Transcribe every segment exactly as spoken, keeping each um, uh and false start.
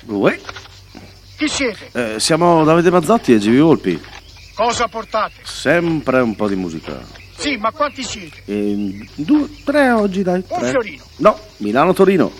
Uè. Chi siete? Eh, siamo Davide Mazzotti e G V Volpi. Cosa portate? Sempre un po' di musica. Sì, ma quanti siete? E due, tre oggi, dai. Un tre. fiorino. No, Milano-Torino.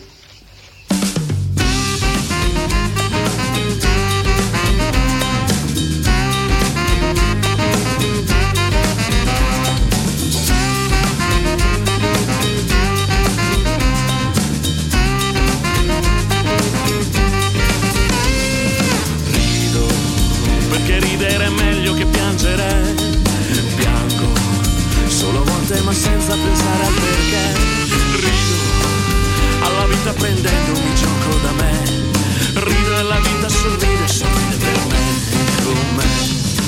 Ma senza pensare al perché rido alla vita prendendomi gioco da me, rido e la vita sorride, sorride per me, con me.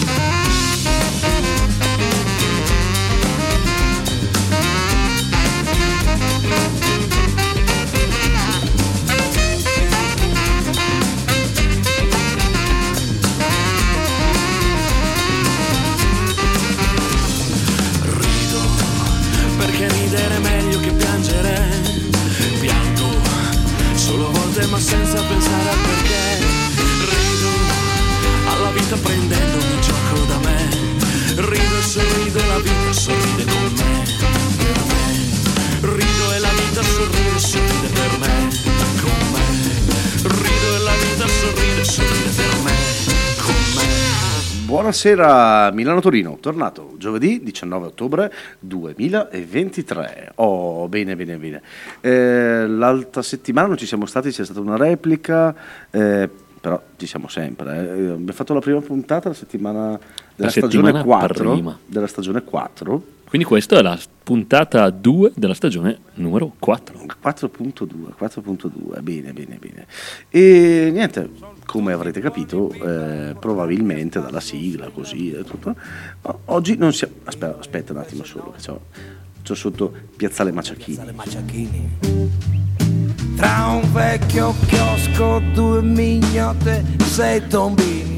Ma senza pensare al perché rido alla vita prendendomi gioco da me, rido e sorrido e la vita sorride con me, per me, rido e la vita sorride, sorride per me, con me, rido e la vita sorride, sorride per me, con me. Buonasera Milano-Torino, tornato giovedì diciannove ottobre duemilaventitré. Oh, bene, bene, bene. Eh, l'altra settimana non ci siamo stati, c'è stata una replica, eh, però ci siamo sempre. Eh. Abbiamo fatto la prima puntata la settimana della la stagione settimana quattro. Prima. Della stagione quattro. Quindi questa è la puntata due della stagione numero quattro. quattro punto due, quattro punto due, bene, bene, bene. E niente, come avrete capito, eh, probabilmente dalla sigla, così e tutto, ma oggi non siamo... Aspetta, aspetta un attimo solo, che c'ho, c'ho sotto Piazzale Maciachini. Piazzale Maciachini. Tra un vecchio chiosco, due mignotte, sei tombini.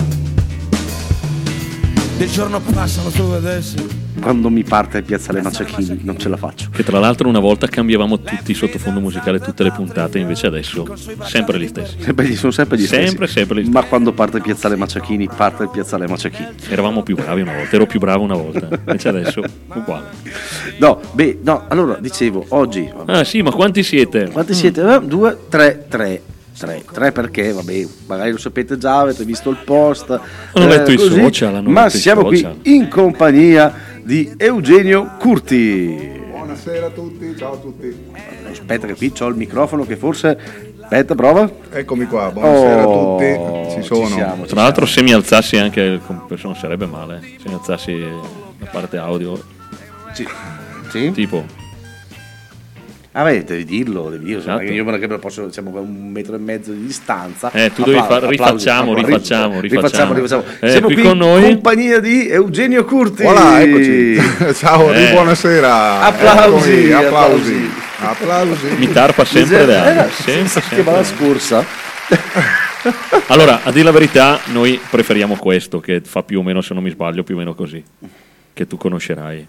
Del giorno passano tu adesso. Quando mi parte Piazzale Maciachini non ce la faccio. Che tra l'altro una volta cambiavamo tutti i sottofondo musicale, tutte le puntate, invece adesso sempre gli stessi. Sempre, sono sempre gli stessi. Sempre, sempre gli stessi. Ma quando parte Piazzale Maciachini, parte il Piazzale Maciachini. Eravamo più bravi una volta, ero più bravo una volta, invece adesso uguale. No, beh, no, allora dicevo, oggi... Ah sì, ma quanti siete? Quanti siete? Eh, due, tre, tre. Tre, tre perché, vabbè, magari lo sapete già, avete visto il post. Hanno eh, letto così, i social, hanno ma letto i siamo social. qui in compagnia di Eugenio Curti. Buonasera a tutti, ciao a tutti. Aspetta che qui c'ho il microfono che forse... Aspetta, prova. Eccomi qua, buonasera Oh, a tutti, ci sono. ci siamo, ci Tra l'altro se siamo. mi alzassi anche il compresso non sarebbe male, se mi alzassi la parte audio, Sì. Sì? tipo... Ah beh, devi dirlo, devi dirlo. Esatto. Io non è che posso, siamo a un metro e mezzo di distanza. Eh, tu devi fare, rifacciamo, applausi, rifacciamo, rifacciamo, rifacciamo. rifacciamo. Eh, Siamo qui qui con in noi compagnia di Eugenio Curti. Voilà, eccoci. Ciao, Eh. buonasera. Applausi, Eccomi, applausi. applausi. Applausi. mi tarpa sempre le Eh, ali, sempre, Che va la sempre. scorsa. Allora, a dire la verità, noi preferiamo questo, che fa più o meno, se non mi sbaglio, più o meno così, che tu conoscerai.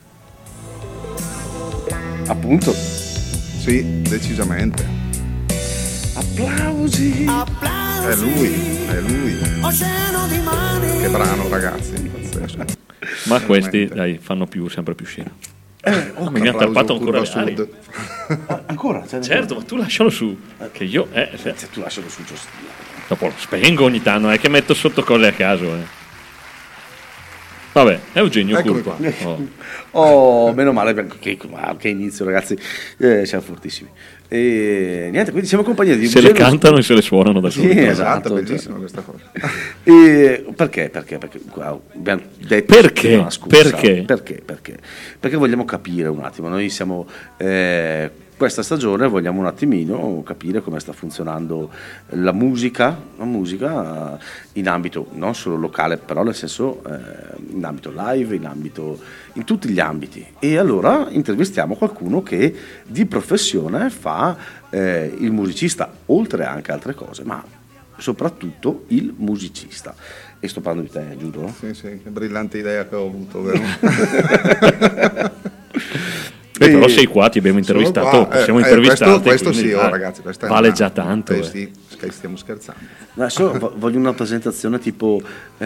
Appunto. Sì, decisamente. Applausi. È lui, è lui. Che brano, ragazzi. Pazzesco. Ma questi, Veramente. dai, fanno più, sempre più scena. Eh, Ah, mi ha tarpato ancora le ali. sud. ancora? Cioè, Certo, ma tu lascialo su, che io, eh, se- Se tu lascialo su, giusto. dopo lo spengo ogni tanto, non è che metto sotto cose a caso, eh. Vabbè, Eugenio Eccomi Curti. qua. Oh. Oh, meno male, che, che inizio ragazzi, eh, siamo fortissimi. E niente, quindi siamo in compagnia di Se le Eugenio- cantano e se le suonano da Sì, soli. esatto. Esatto, bellissima questa cosa. E perché? Perché? Perché wow, abbiamo detto Perché? settimana scorsa. Perché? Perché? Perché? Perché vogliamo capire un attimo. Noi siamo eh, questa stagione vogliamo un attimino capire come sta funzionando la musica, la musica in ambito non solo locale, però nel senso eh, in ambito live, in ambito in tutti gli ambiti. E allora intervistiamo qualcuno che di professione fa eh, il musicista, oltre anche altre cose, ma soprattutto il musicista. E sto parlando di te, giusto? Sì, sì, che brillante idea che ho avuto, vero? Eh, però sei qua, ti abbiamo Sono intervistato, qua, eh, possiamo eh, intervistarti. questo, questo quindi, sì, oh, ah, ragazzi, questa è vale una- già tanto. eh, eh. sì, scher- stiamo scherzando. Adesso vo- voglio una presentazione tipo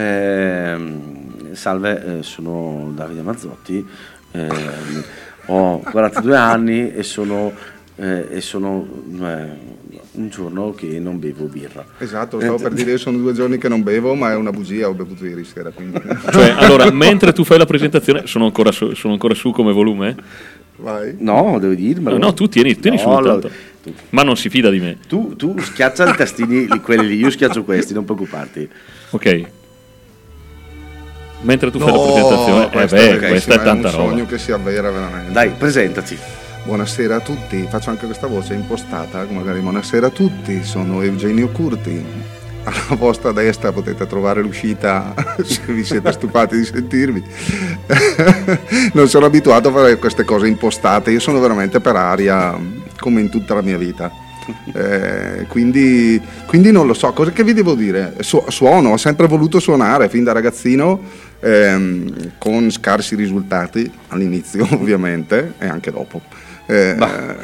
ehm, salve, eh, sono Davide Mazzotti, ehm, ho quarantadue anni e sono, eh, e sono eh, un giorno che non bevo birra. Esatto, stavo per dire, sono due giorni che non bevo, ma è una bugia, ho bevuto ieri sera. Quindi... Cioè, allora, mentre tu fai la presentazione, sono ancora su, sono ancora su come volume? Vai. No, devi dirmelo. No, no, tu tieni, tieni No, su allora, tanto. Ma non si fida di me. Tu, tu schiaccia i tastini, li- quelli lì, io schiaccio questi, non preoccuparti. Ok. Mentre tu fai No, la presentazione, eh questa beh, è questa bellissima, è tanta un roba. sogno che si avvera veramente. Dai, presentati. Buonasera a tutti, faccio anche questa voce impostata, magari buonasera a tutti, sono Eugenio Curti. Alla vostra destra potete trovare l'uscita se vi siete stufati di sentirmi. Non sono abituato a fare queste cose impostate, io sono veramente per aria come in tutta la mia vita. Eh, quindi, quindi non lo so, cosa che vi devo dire? Su- suono, ho sempre voluto suonare fin da ragazzino, ehm, con scarsi risultati all'inizio ovviamente e anche dopo. Eh,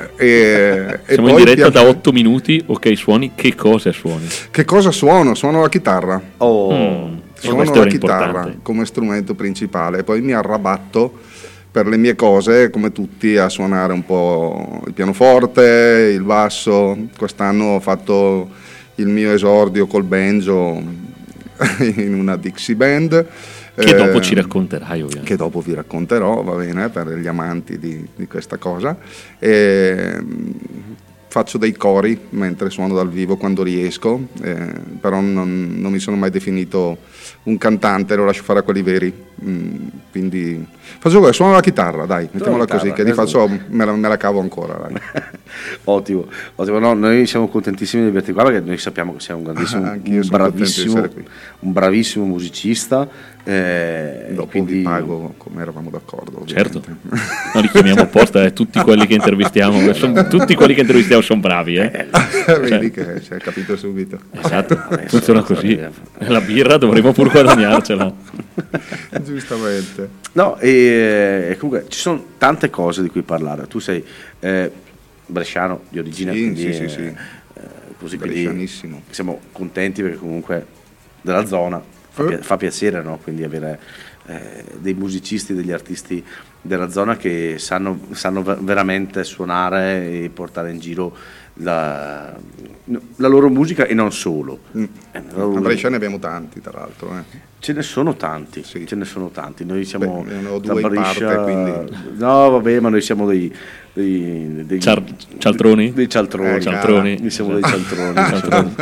e, e Siamo poi in diretta pian- da otto minuti, ok, suoni, che cosa suoni? Che cosa suono? Suono la chitarra. Oh, Mm, Suono questo la era chitarra importante. come strumento principale, poi mi arrabatto per le mie cose, come tutti, a suonare un po' il pianoforte, il basso. Quest'anno ho fatto il mio esordio col banjo in una Dixie Band. Che dopo Eh, ci racconterai, ovviamente. che dopo vi racconterò, va bene, per gli amanti di, di questa cosa. E, mh, faccio dei cori mentre suono dal vivo quando riesco, eh, però non, non mi sono mai definito un cantante, lo lascio fare a quelli veri. Mm, quindi faccio questo, suono la chitarra, dai, mettiamola chitarra, così, che di esatto. faccio, me la, me la cavo ancora. Dai. ottimo, ottimo. No, noi siamo contentissimi di averti qua perché noi sappiamo che sei un grandissimo, Anch'io un sono contento di bravissimo, essere qui. un bravissimo musicista. Eh, Dopo quindi... vi pago come eravamo d'accordo. Certo, ovviamente. no, li chiamiamo apposta, eh, tutti quelli che intervistiamo, son- tutti quelli che intervistiamo sono bravi, eh. Vedi che si è capito subito. Esatto, Adesso- funziona così. eh. La birra dovremmo pur guadagnarcela. Giustamente. No, e, e comunque ci sono tante cose di cui parlare. Tu sei eh, bresciano di origine, Sì, quindi, sì, sì, eh, sì. eh, così, quindi Brescianissimo. siamo contenti perché comunque della zona fa, pi- Eh. fa piacere, no? Quindi avere eh, dei musicisti, degli artisti della zona che sanno, sanno ver- veramente suonare e portare in giro la, la loro musica e non solo. Mm. Eh, la loro- A Brescia ne abbiamo tanti, tra l'altro. Eh. Ce ne sono tanti, Sì. ce ne sono tanti. Noi siamo Beh, ne ho tra due in Brescia- parte, quindi- No, vabbè, ma noi siamo dei dei, dei Ciar- cialtroni? Dei cialtroni. Eh, Cialtroni. Noi siamo dei cialtroni. cialtroni.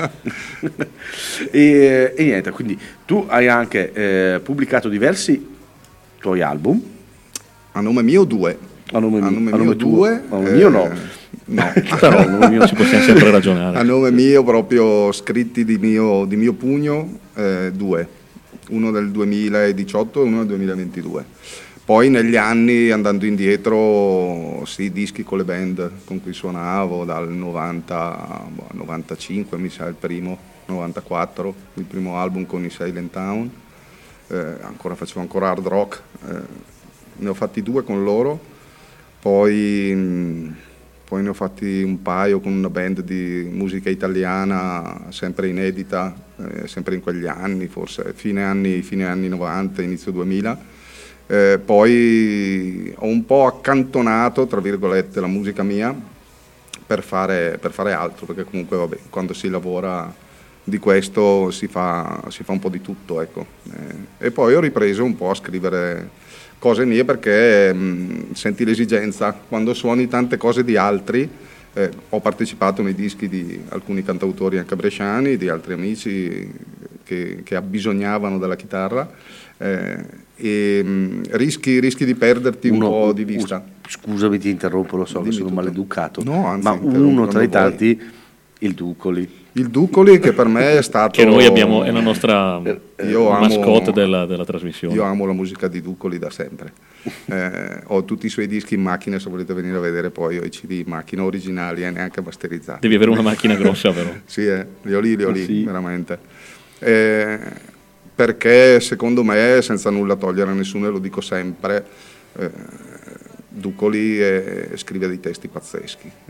e, e niente, quindi tu hai anche eh, pubblicato diversi tuoi album. A nome mio due. A nome, A nome a mio nome tuo. due, A nome eh, mio no. No. Però a nome mio Ci possiamo sempre ragionare. A nome mio, proprio scritti di mio, di mio pugno, eh, due. Uno del duemiladiciotto e uno del duemilaventidue. Poi negli anni, andando indietro, sì, dischi con le band con cui suonavo, dal novanta, boh, novantacinque mi sa il primo, novantaquattro, il primo album con i Silent Town, eh, ancora facevo ancora hard rock, eh, ne ho fatti due con loro, poi, mh, poi ne ho fatti un paio con una band di musica italiana, sempre inedita, eh, sempre in quegli anni, forse fine anni, fine anni novanta, inizio duemila. Eh, poi ho un po' accantonato, tra virgolette, la musica mia per fare, per fare altro, perché comunque vabbè, quando si lavora di questo si fa, si fa un po' di tutto, ecco. Eh, e poi ho ripreso un po' a scrivere cose mie perché mh, senti l'esigenza, quando suoni tante cose di altri, eh, ho partecipato nei dischi di alcuni cantautori anche bresciani, di altri amici che, che abbisognavano della chitarra, eh, e mh, rischi, rischi di perderti Uno- un po' di vista. us- Scusami, ti interrompo, lo so Dimmi che sono tutto. maleducato. No, anzi, ma interrompo uno tra i quando vuoi. tanti, il Ducoli. Il Ducoli, che per me è stato... Che noi abbiamo, è la nostra Io amo- mascotte della, della trasmissione. Io amo la musica di Ducoli da sempre. Eh, ho tutti i suoi dischi in macchina, se volete venire a vedere poi ho i C D in macchina originali e neanche masterizzati. Devi avere una macchina grossa, però. Sì, eh, li ho lì, li ho lì, Sì. veramente. Eh, perché secondo me, senza nulla togliere a nessuno, e lo dico sempre, eh, Ducoli eh, scrive dei testi pazzeschi.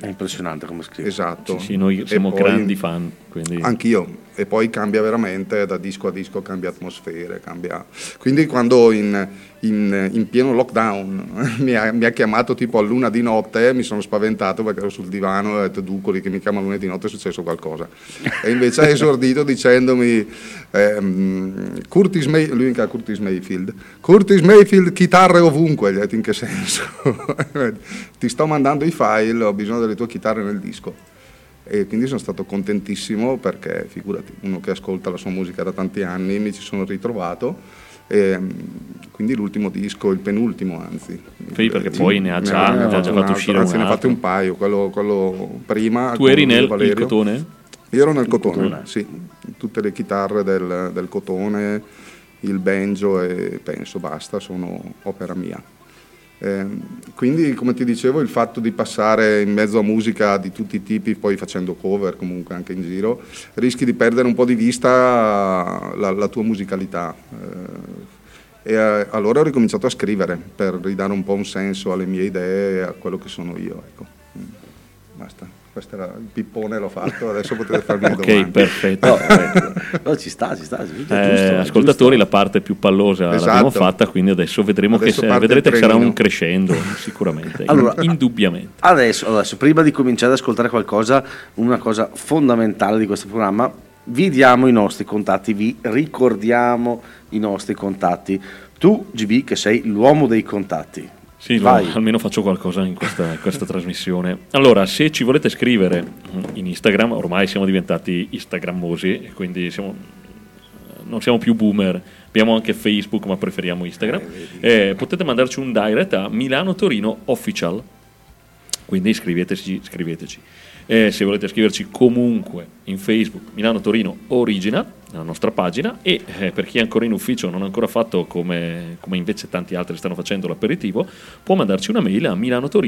È impressionante come scrive. Esatto. Sì, sì, noi E siamo poi- grandi fan, quindi Anch'io, e poi cambia veramente da disco a disco, cambia atmosfere, cambia. Quindi quando in, in- in pieno lockdown mi ha, mi ha chiamato tipo a luna di notte, mi sono spaventato perché ero sul divano e ho detto Ducoli che mi chiama a luna di notte, è successo qualcosa. E invece ha esordito dicendomi ehm, Curtis May- lui mi chiama Curtis Mayfield, Curtis Mayfield chitarre ovunque, gli ho detto in che senso? Ti sto mandando i file, ho bisogno delle tue chitarre nel disco. E quindi sono stato contentissimo perché figurati, uno che ascolta la sua musica da tanti anni, mi ci sono ritrovato e quindi l'ultimo disco, il penultimo anzi. Sì, perché poi ne ha già- ne ne ha già fatto fatto un altro, uscire anzi un ne ha fatti altro. un paio, quello, quello prima. tu eri con nel il Valerio. cotone? Io ero nel cotone, cotone. sì, tutte le chitarre del, del cotone, il banjo e penso basta, sono opera mia. Eh, quindi come ti dicevo il fatto di passare in mezzo a musica di tutti i tipi, poi facendo cover comunque anche in giro, rischi di perdere un po' di vista la, la tua musicalità. Eh, e eh, allora ho ricominciato a scrivere per ridare un po' un senso alle mie idee e a quello che sono io. Ecco. Mm. Basta. Questo era il pippone, l'ho fatto, adesso potete farmi le Ok, domande. perfetto. No, vabbè, no, ci sta, ci sta. È giusto, Eh, è ascoltatori, giusto. la parte più pallosa Esatto. l'abbiamo fatta, quindi adesso vedremo Adesso che se- parte vedrete il che sarà trenino. un crescendo sicuramente, Allora- indubbiamente. Adesso, adesso, prima di cominciare ad ascoltare qualcosa, una cosa fondamentale di questo programma, vi diamo i nostri contatti, vi ricordiamo i nostri contatti. Tu, G B, che sei l'uomo dei contatti. Sì, no, Vai. almeno faccio qualcosa in questa, questa trasmissione. Allora, se ci volete scrivere in Instagram, ormai siamo diventati instagrammosi, e quindi siamo, non siamo più boomer, abbiamo anche Facebook, ma preferiamo Instagram. Eh, potete mandarci un direct a Milano Torino Official, quindi scriveteci, scriveteci. Eh, se volete scriverci comunque in Facebook Milano Torino Original, la nostra pagina, e eh, per chi è ancora in ufficio non ha ancora fatto come, come invece tanti altri stanno facendo l'aperitivo, può mandarci una mail a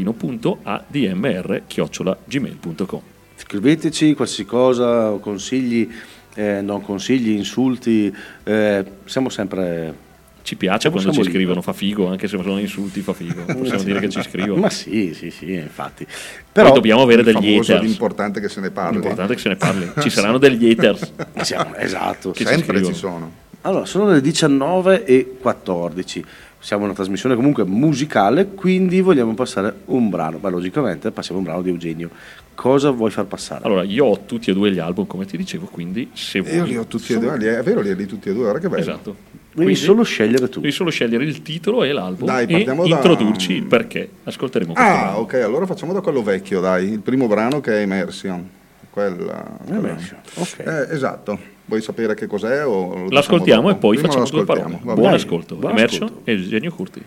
milanotorino.admr chiocciola gmail punto com. Scriveteci qualsiasi cosa, consigli, eh, non consigli, insulti, eh, siamo sempre... Ci piace quando Siamo ci lì. scrivono, fa figo, anche se sono insulti fa figo, possiamo dire che ci scrivono. Ma sì, sì, sì, infatti. Poi Però dobbiamo avere Il degli famoso, haters. l'importante è che se ne parli. L'importante è che se ne parli. Ci saranno degli haters. siamo, esatto. Che ci Sempre scrivono. ci sono. Allora, sono le diciannove e quattordici. Siamo una trasmissione comunque musicale, quindi vogliamo passare un brano. Beh, logicamente passiamo un brano di Eugenio. Cosa vuoi far passare? Allora, io ho tutti e due gli album, come ti dicevo, quindi se vuoi... Io li ho tutti e due, li- è vero, li hai lì tutti e due, guarda che bello. Esatto. Devi Quindi solo scegliere tu. devi solo scegliere il titolo e l'album Dai, e partiamo da- introdurci il perché. Ascolteremo questo Ah, brano. ok, allora facciamo da quello vecchio, dai, il primo brano che è Immersion. Quella, quella- Immersion, ok. Eh, esatto. Vuoi sapere che cos'è? O lo diciamo L'ascoltiamo dopo? e poi Prima facciamo lo due parole. ascoltiamo, va Buon bene. ascolto. buon Immersion ascolto. e Eugenio Curti.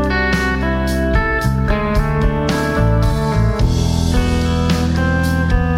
Thank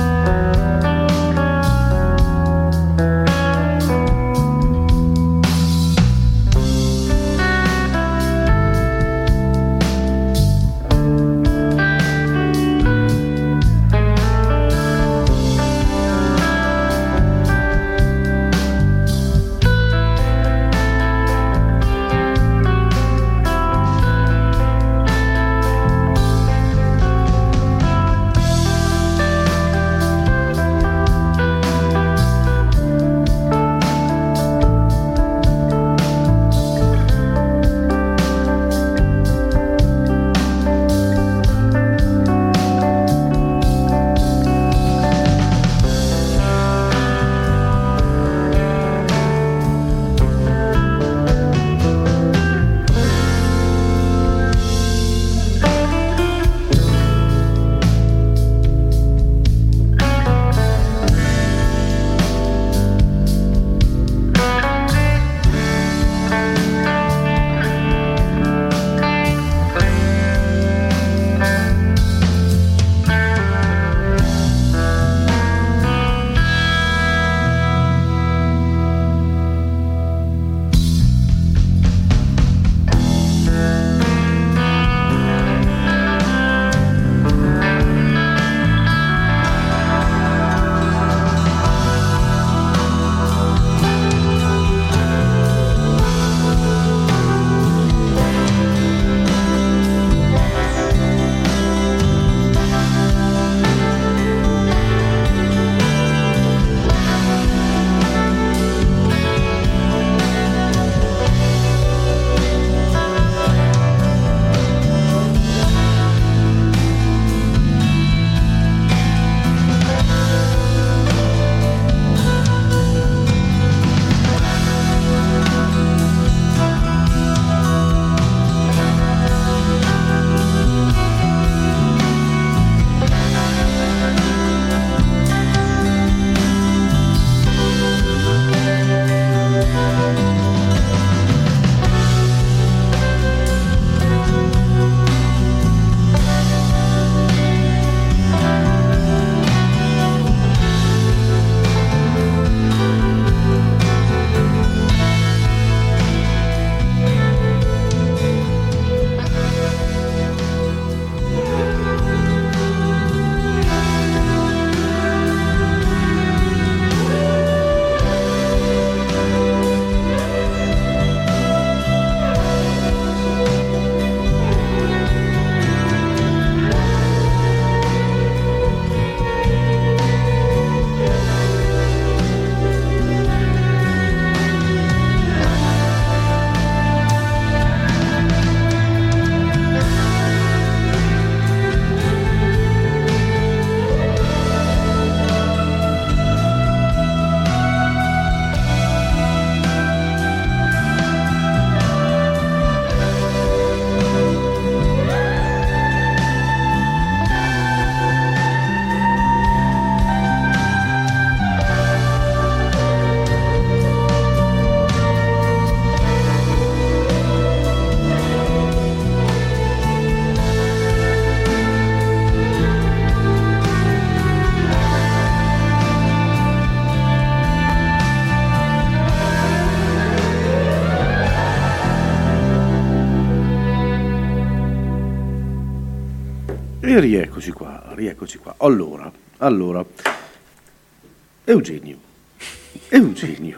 E rieccoci qua, rieccoci qua. Allora, allora, Eugenio, Eugenio.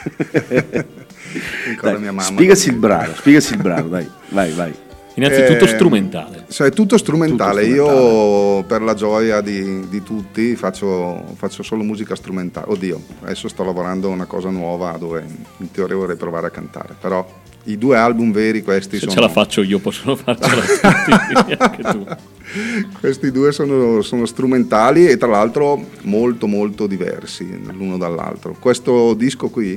Dai, mia mamma. Spiegaci il brano, spiegaci il brano, dai, vai, vai. Innanzitutto Eh, strumentale. Cioè, è tutto strumentale. Tutto strumentale. Io, per la gioia di, di tutti, faccio, faccio solo musica strumentale. Oddio, adesso sto lavorando a una cosa nuova dove in teoria vorrei provare a cantare. Però i due album veri questi Se sono... ce la faccio io, possono farcela tutti, anche tu. Questi due sono, sono strumentali e tra l'altro molto molto diversi l'uno dall'altro. Questo disco qui,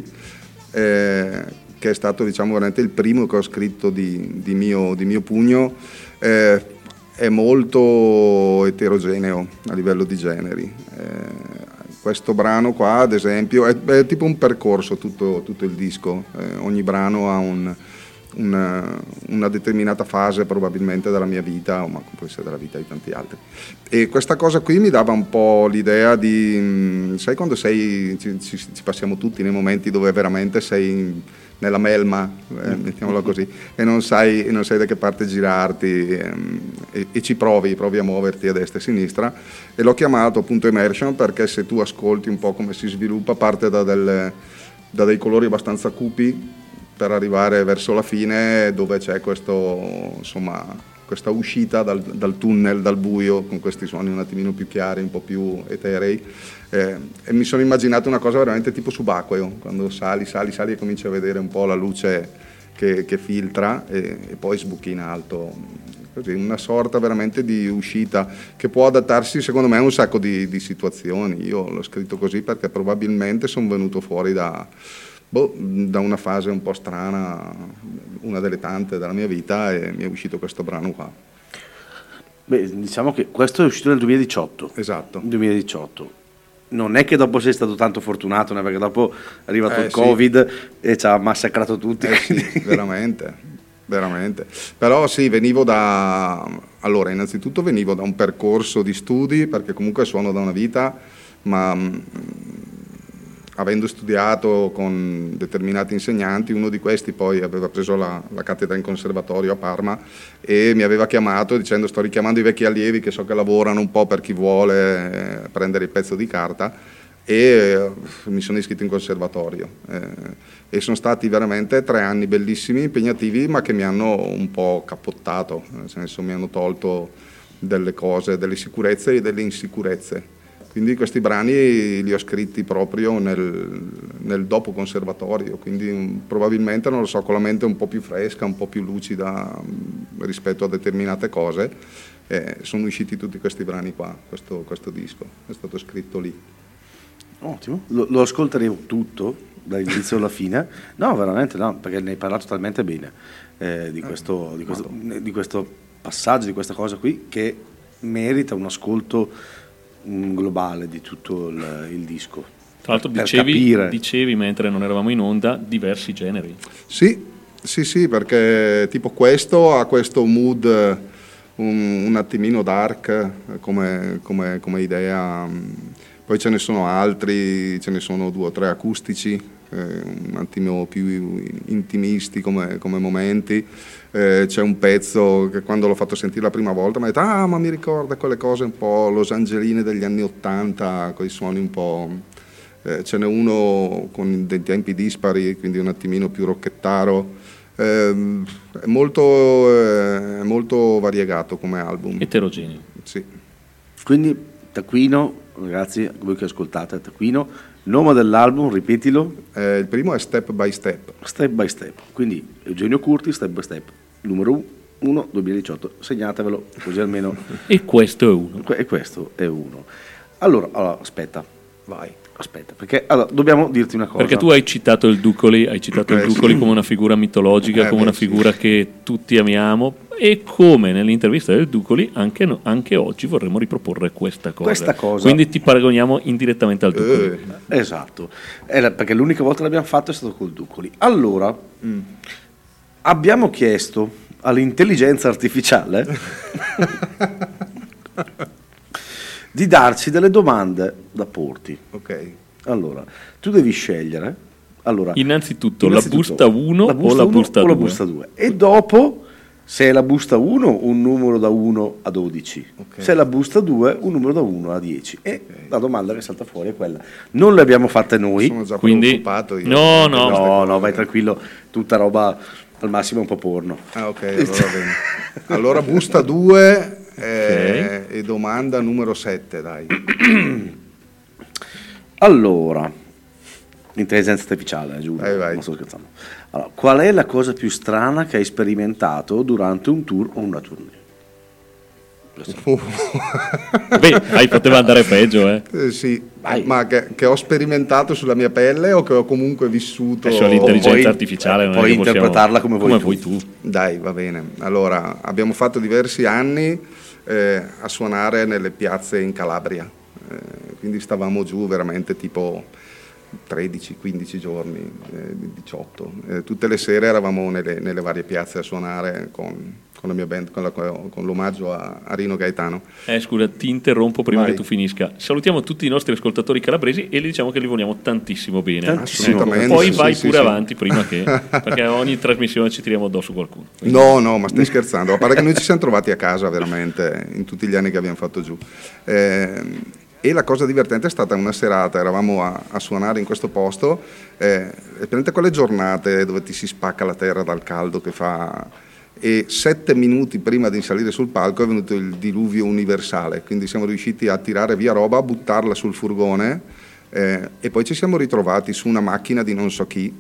eh, che è stato diciamo veramente il primo che ho scritto di, di, mio, di mio pugno, eh, è molto eterogeneo a livello di generi. Eh, questo brano qua ad esempio è, è tipo un percorso tutto, tutto il disco, eh, ogni brano ha un... Una, una determinata fase probabilmente della mia vita, ma può essere della vita di tanti altri, e questa cosa qui mi dava un po' l'idea di, sai, quando sei, ci, ci, ci passiamo tutti nei momenti dove veramente sei nella melma, eh, mettiamola così, e non sai, non sai da che parte girarti, ehm, e, e ci provi, provi a muoverti a destra e a sinistra, e l'ho chiamato appunto Immersion perché se tu ascolti un po' come si sviluppa, parte da, del, da dei colori abbastanza cupi per arrivare verso la fine dove c'è questo, insomma, questa uscita dal, dal tunnel, dal buio, con questi suoni un attimino più chiari, un po' più eterei, eh, e mi sono immaginato una cosa veramente tipo subacqueo, quando sali, sali, sali e cominci a vedere un po' la luce che, che filtra e, e poi sbuchi in alto, così, una sorta veramente di uscita che può adattarsi secondo me a un sacco di, di situazioni. Io l'ho scritto così perché probabilmente sono venuto fuori da... Boh, da una fase un po' strana, una delle tante della mia vita, e mi è uscito questo brano qua. Beh, diciamo che questo è uscito nel duemiladiciotto. Esatto. duemiladiciotto. Non è che dopo sei stato tanto fortunato, né? Perché dopo è arrivato Eh, il sì. Covid e ci ha massacrato tutti. Eh sì, veramente, veramente. Però sì, venivo da... Allora, innanzitutto venivo da un percorso di studi, perché comunque suono da una vita, ma... mh, avendo studiato con determinati insegnanti, uno di questi poi aveva preso la, la cattedra in conservatorio a Parma e mi aveva chiamato dicendo: sto richiamando i vecchi allievi che so che lavorano un po' per chi vuole eh, prendere il pezzo di carta, e eh, mi sono iscritto in conservatorio eh, e sono stati veramente tre anni bellissimi, impegnativi, ma che mi hanno un po' cappottato, nel senso mi hanno tolto delle cose, delle sicurezze e delle insicurezze. Quindi questi brani li ho scritti proprio nel, nel dopo conservatorio, quindi um, probabilmente, non lo so, con la mente un po' più fresca, un po' più lucida um, rispetto a determinate cose, eh, sono usciti tutti questi brani qua, questo, questo disco è stato scritto lì. Ottimo, lo, lo ascolteremo tutto dall'inizio alla fine. No, veramente no, perché ne hai parlato talmente bene eh, di, questo, di, questo, di questo passaggio, di questa cosa qui, che merita un ascolto globale di tutto il, il disco. Tra l'altro per dicevi, capire. dicevi mentre non eravamo in onda diversi generi. Sì, sì, sì, perché tipo questo ha questo mood un, un attimino dark come, come, come idea, poi ce ne sono altri, ce ne sono due o tre acustici, eh, un attimo più intimisti come, come momenti. Eh, c'è un pezzo che quando l'ho fatto sentire la prima volta mi ha detto: ah, ma mi ricorda quelle cose un po' Los Angeline degli anni ottanta, con i suoni un po'... Eh, ce n'è uno con dei tempi dispari, quindi un attimino più rocchettaro. Eh, è molto, eh, è molto variegato come album. Eterogeneo. Sì. Quindi Taccuino, ragazzi, voi che ascoltate Taccuino, nome dell'album, ripetilo. Eh, il primo è Step by Step. Step by Step, quindi Eugenio Curti, Step by Step, numero uno duemiladiciotto, segnatevelo così almeno. E questo è uno. E questo è uno. Allora, allora aspetta, vai, aspetta, perché allora, dobbiamo dirti una cosa. Perché tu hai citato il Ducoli, hai citato Eh, il Ducoli sì. come una figura mitologica, Eh, come beh, una sì. figura che tutti amiamo, e come nell'intervista del Ducoli anche, no- anche oggi vorremmo riproporre questa cosa. Questa cosa. Quindi ti paragoniamo indirettamente al Ducoli. Eh, Esatto, Era- perché l'unica volta che l'abbiamo fatto è stato col Ducoli. Allora, abbiamo chiesto all'intelligenza artificiale di darci delle domande da porti. ok. Allora, tu devi scegliere. Allora, Innanzitutto, innanzitutto, la busta uno la busta o la uno busta o la due? busta due. E dopo Se è la busta uno, un numero da uno a dodici. Ok. Se è la busta due, un numero da uno a dieci. E la domanda che salta fuori è quella. Non le abbiamo fatte noi. Sono già Quindi- preoccupato io. No, no. No, no, vai tranquillo, tutta roba al massimo un po' porno. Ah, ok, allora va bene. Allora busta due eh, e domanda numero sette, dai. Allora, intelligenza artificiale, giuro, Vai, vai. non sto scherzando. Allora, qual è la cosa più strana che hai sperimentato durante un tour o una tournée? Beh, hai poteva andare peggio, eh. Eh, sì, Vai. ma che, che ho sperimentato sulla mia pelle o che ho comunque vissuto? Adesso l'intelligenza puoi- artificiale non è puoi che possiamo- interpretarla come vuoi tu. vuoi tu. Dai, va bene. Allora, abbiamo fatto diversi anni eh, a suonare nelle piazze in Calabria, eh, quindi stavamo giù veramente tipo tredici quindici giorni, eh, diciotto. Eh, tutte le sere eravamo nelle, nelle varie piazze a suonare con, con la mia band, con, la- con l'omaggio a, a Rino Gaetano. Eh, scusa, ti interrompo prima Vai. che tu finisca. Salutiamo tutti i nostri ascoltatori calabresi e gli diciamo che li vogliamo tantissimo bene. Tantissimo. Assolutamente. Poi sì, vai sì, pure sì. avanti prima che, perché ogni trasmissione ci tiriamo addosso qualcuno. No, no, ma stai scherzando, a parte che noi ci siamo trovati a casa veramente in tutti gli anni che abbiamo fatto giù. Eh, e la cosa divertente è stata una serata, eravamo a, a suonare in questo posto, eh, e prendete quelle giornate dove ti si spacca la terra dal caldo che fa, e sette minuti prima di salire sul palco è venuto il diluvio universale, quindi siamo riusciti a tirare via roba, a buttarla sul furgone, eh, e poi ci siamo ritrovati su una macchina di non so chi,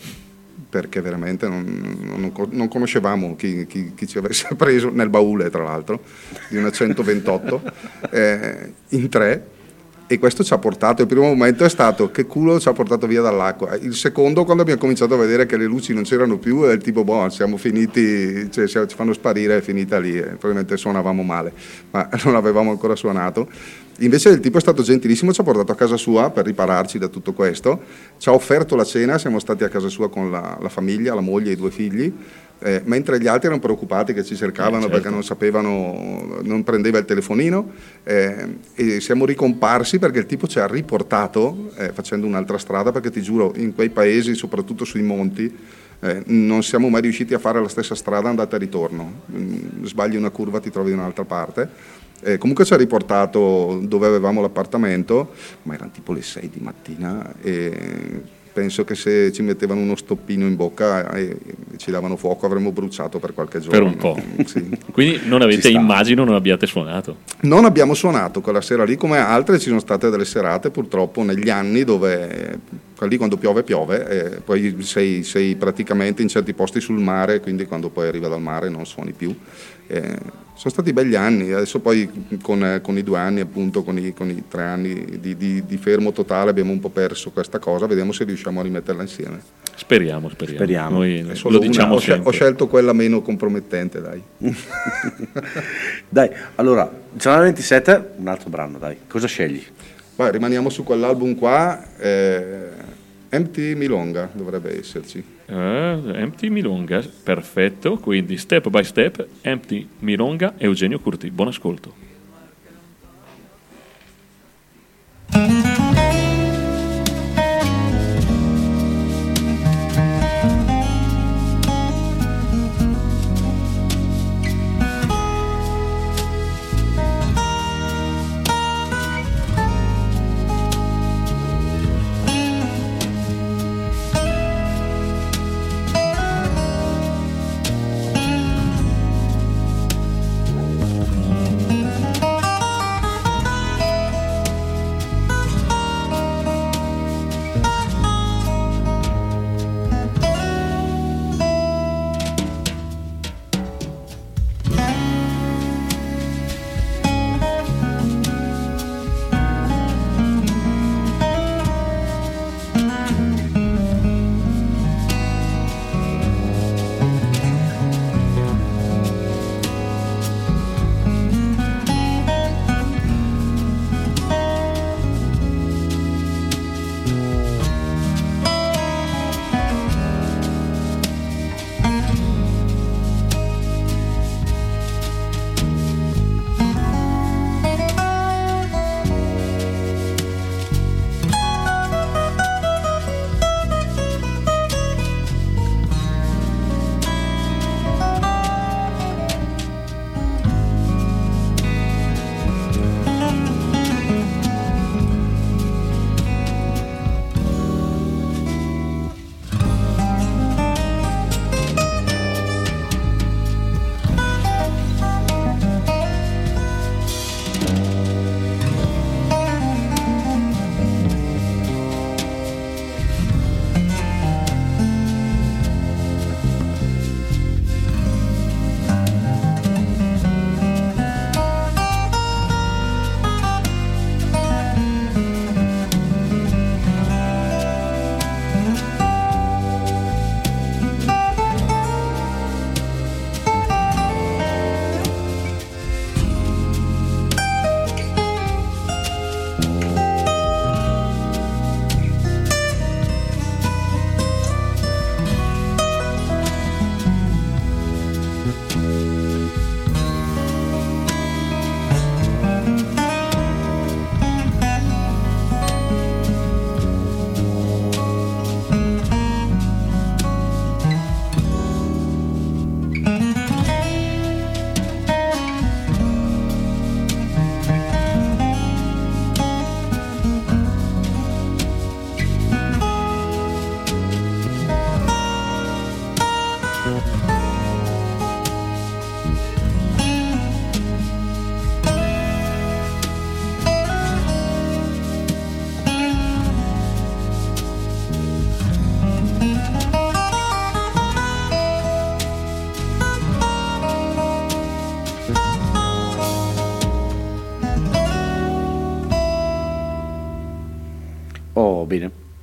perché veramente non, non- non conoscevamo chi, chi- chi ci avesse preso, nel baule tra l'altro, di una centoventotto, eh, in tre, e questo ci ha portato, il primo momento è stato che culo ci ha portato via dall'acqua, il secondo quando abbiamo cominciato a vedere che le luci non c'erano più è il tipo, boh, siamo finiti, cioè, ci ci fanno sparire, è finita lì, eh, probabilmente suonavamo male, ma non avevamo ancora suonato. Invece il tipo è stato gentilissimo, ci ha portato a casa sua per ripararci da tutto questo, ci ha offerto la cena, siamo stati a casa sua con la, la famiglia, la moglie e i due figli, eh, mentre gli altri erano preoccupati che ci cercavano Eh, certo. perché non sapevano, non prendeva il telefonino, eh, e siamo ricomparsi perché il tipo ci ha riportato eh, facendo un'altra strada, perché ti giuro in quei paesi, soprattutto sui monti, eh, non siamo mai riusciti a fare la stessa strada andata e ritorno. Mm, sbagli una curva ti trovi da un'altra parte. Eh, comunque ci ha riportato dove avevamo l'appartamento, ma erano tipo le sei di mattina e penso che se ci mettevano uno stoppino in bocca e ci davano fuoco avremmo bruciato per qualche giorno. Per un po'. Sì. Quindi non Ci avete, sta. immagino, non abbiate suonato. Non abbiamo suonato quella sera lì, come altre ci sono state delle serate purtroppo negli anni dove lì quando piove piove, e poi sei, sei praticamente in certi posti sul mare, quindi quando poi arriva dal mare non suoni più. Eh, sono stati begli anni, adesso poi con, eh, con i due anni, appunto con i, con i tre anni di, di, di fermo totale abbiamo un po' perso questa cosa, vediamo se riusciamo a rimetterla insieme. Speriamo, speriamo. Speriamo. Noi È lo solo una, diciamo ho, scel- sempre. ho scelto quella meno compromettente, dai. Dai, allora, diciannove ventisette, un altro brano, dai. Cosa scegli? Vai, rimaniamo su quell'album qua, eh, Empty Milonga dovrebbe esserci. Eh, Empty Milonga, perfetto. Quindi step by step, Empty Milonga, Eugenio Curti. Buon ascolto. Thank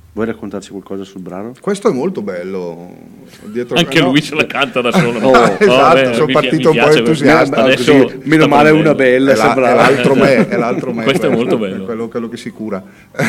Vuoi raccontarci qualcosa sul brano? Questo è molto bello. Dietro... Anche no, lui se la canta da solo. Oh, esatto, vabbè, sono mi partito pi- un mi po' piace entusiasta. questo. Adesso, Adesso meno sta male una prendendo. bella, È, la, sembrava. è l'altro me, è l'altro me. Questo è molto è bello. quello, quello che si cura.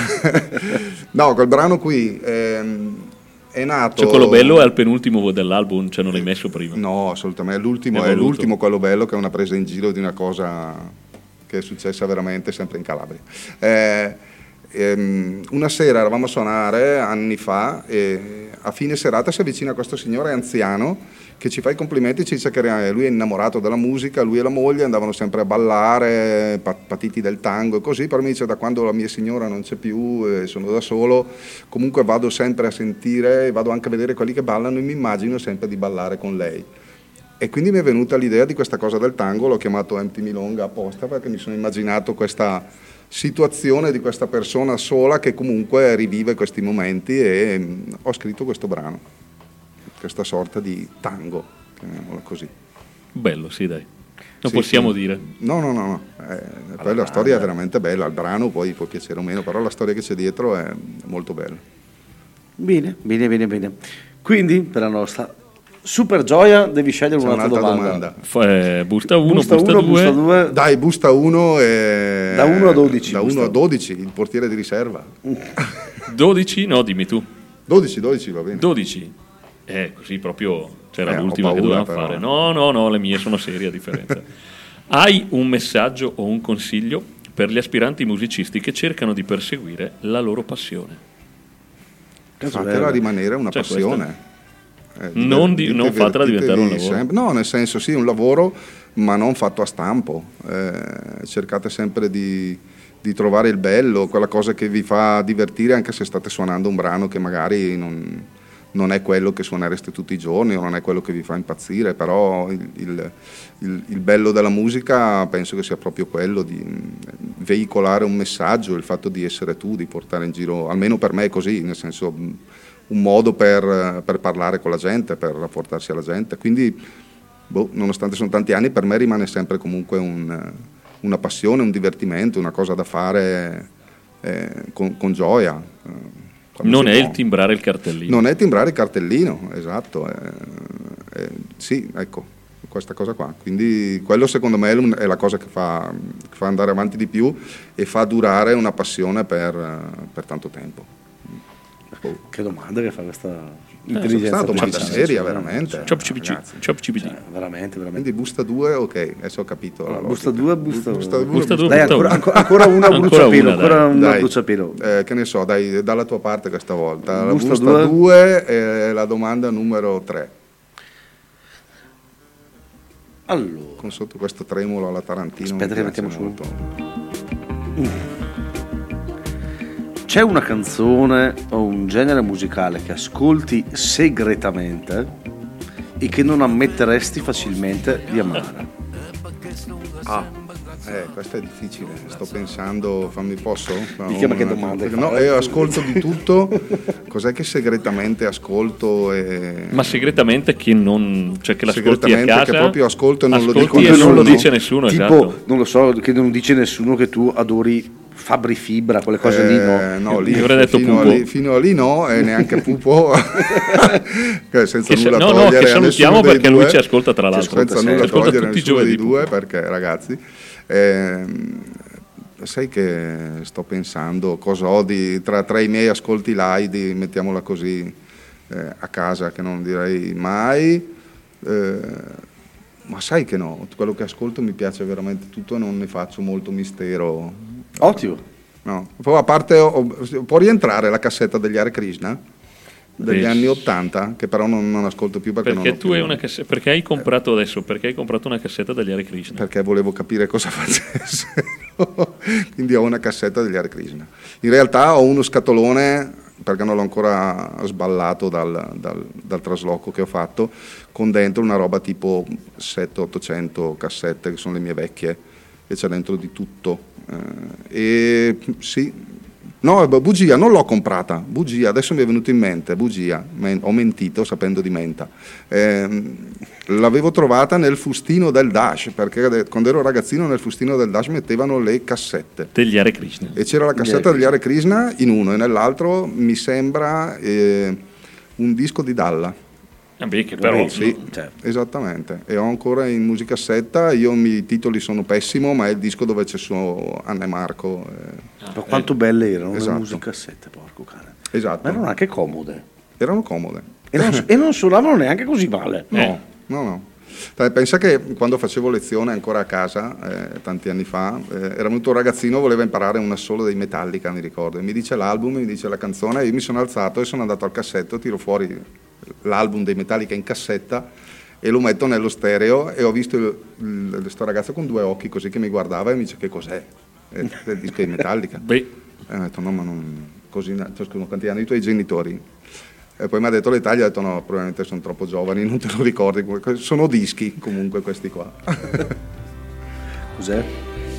No, quel brano qui ehm, è nato. Cioè, quello bello è al penultimo dell'album, cioè non l'hai messo prima. No, assolutamente. L'ultimo È è, voluto. l'ultimo, quello bello, che è una presa in giro di una cosa che è successa veramente sempre in Calabria. Eh, ehm, una sera eravamo a suonare anni fa e a fine serata si avvicina questo signore anziano che ci fa i complimenti, ci dice che lui è innamorato della musica, lui e la moglie andavano sempre a ballare, pat- patiti del tango e così, però mi dice da quando la mia signora non c'è più e sono da solo, comunque vado sempre a sentire, vado anche a vedere quelli che ballano e mi immagino sempre di ballare con lei. E quindi mi è venuta l'idea di questa cosa del tango, l'ho chiamato Empty Milonga apposta perché mi sono immaginato questa situazione di questa persona sola che comunque rivive questi momenti e mh, ho scritto questo brano, questa sorta di tango, chiamiamola così. Bello, sì, dai. Lo Sì, possiamo sì. dire. No, no, no, no. Eh, poi la storia è veramente bella, il brano poi può piacere o meno, però la storia che c'è dietro è molto bella. Bene, bene, bene, bene. Quindi, per la nostra super gioia, devi scegliere C'è un'altra, un'altra domanda. domanda. Fa- eh, busta uno, Busta busta uno, due. busta due. Dai, busta uno e... Da uno a dodici, Da busta. uno a dodici, il portiere di riserva. dodici? No, dimmi tu. dodici, dodici va bene. dodici. Eh, così proprio c'era Eh, ho l'ultima che paura, dovevamo però. fare. No, no, no, le mie sono serie a differenza. Hai un messaggio o un consiglio per gli aspiranti musicisti che cercano di perseguire la loro passione? Fatela rimanere una Cioè, passione. Eh, Non di- non fatela diventare un divertitevi lavoro. sempre. No, nel senso sì, un lavoro, ma non fatto a stampo. Eh, cercate sempre di, di trovare il bello, quella cosa che vi fa divertire anche se state suonando un brano che magari non, non è quello che suonereste tutti i giorni o non è quello che vi fa impazzire, però il, il- il- il bello della musica penso che sia proprio quello di mh, veicolare un messaggio, il fatto di essere tu, di portare in giro, almeno per me è così, nel senso mh, un modo per, per parlare con la gente, per rapportarsi alla gente, quindi boh, nonostante sono tanti anni per me rimane sempre comunque un, una passione, un divertimento, una cosa da fare eh, con, con gioia. eh, quando Non si è può. il timbrare il cartellino. Non è timbrare il cartellino, esatto. eh, eh, sì, ecco, questa cosa qua. Quindi quello secondo me è un- è la cosa che fa, che fa andare avanti di più e fa durare una passione per, eh, per tanto tempo. Oh. Che domanda che fa questa È intelligenza una domanda artificiale, seria, cioè, veramente. Chop C P C, ragazzi. Chop C P C. cioè, veramente, veramente. Quindi busta due, ok, adesso ho capito. la Busta logica. due, busta busta uno. due. Busta due, Dai, busta ancora, uno. ancora- ancora una Ancora bruciapelo, una, ancora dai. una Dai, bruciapelo. eh, che ne so, dai, dalla tua parte questa volta. La Busta busta due. due è la domanda numero tre. Allora, Con sotto questo tremolo alla Tarantino. Aspetta mi che piace mettiamo su. molto. c'è una canzone o un genere musicale che ascolti segretamente e che non ammetteresti facilmente di amare? Ah, eh, questo è difficile. Sto pensando, fammi posso? Mi chiama che Una- domande No, fai? io ascolto di tutto. Cos'è che segretamente ascolto? E... Ma segretamente che non, cioè che l'ascolti a Segretamente, casa, che proprio ascolto e non lo ascolti dico e a non lo nessuno. dice nessuno, Tipo, esatto. non lo so, che non dice nessuno che tu adori Fabri Fibra, quelle cose lì, Eh, no? no, lì, Io avrei detto fino, a Pupo. lì, fino a lì no, e neanche Pupo. Che senza Che sa- nulla no, no, togliere che a salutiamo nessuno dei perché lui due, ci ascolta, tra che l'altro. senza Ci nulla ascolta togliere a tutti i nessuno dei giovedì, due, Pupo. perché ragazzi, ehm, sai che sto pensando cosa ho di, tra, tra i miei ascolti live, mettiamola così, eh, a casa, che non direi mai. eh, ma sai che no, quello che ascolto mi piace veramente tutto e non ne faccio molto mistero. Ottimo. No. Poi a parte ho- può rientrare la cassetta degli Hare Krishna degli Beh, anni ottanta, che però non, non ascolto più perché, non Perché ho tu più- hai una cassetta, perché hai comprato adesso, perché hai comprato una cassetta degli Hare Krishna. perché volevo capire cosa facessero. Quindi ho una cassetta degli Hare Krishna. In realtà ho uno scatolone, perché non l'ho ancora sballato dal, dal- dal trasloco che ho fatto, con dentro una roba tipo settecento ottocento cassette, che sono le mie vecchie, e c'è dentro di tutto. Eh, e sì, No, bugia, non l'ho comprata, bugia, adesso mi è venuto in mente, bugia, men- ho mentito sapendo di menta. Eh, l'avevo trovata nel fustino del Dash, perché quando ero ragazzino nel fustino del Dash mettevano le cassette. Degli Hare Krishna. E c'era la cassetta degli Hare Krishna in uno e nell'altro mi sembra eh, un disco di Dalla. Ah, beh, che però, sì, certo. Esattamente, e ho ancora in musicassetta, io mi, i titoli sono pessimo, ma è il disco dove c'è su Anna e Marco. Eh. Ma quanto belle erano Esatto. le musicassette, porco cane. Esatto. Ma erano anche comode. Erano comode. E non, e non suonavano neanche così male. No, Eh. no, no. Dai, pensa che quando facevo lezione ancora a casa, eh, tanti anni fa, eh, era venuto un ragazzino, voleva imparare una solo dei Metallica, mi ricordo, e mi dice l'album, mi dice la canzone, e io mi sono alzato e sono andato al cassetto, tiro fuori l'album dei Metallica in cassetta e lo metto nello stereo e ho visto questo ragazzo con due occhi così che mi guardava e mi dice che cos'è? È il disco dei Metallica. Beh. E ho detto no, ma non così, scusa, quanti anni i tuoi genitori? E poi mi ha detto l'età, gli ho detto no, probabilmente sono troppo giovani, non te lo ricordi, sono dischi comunque questi qua. Cos'è?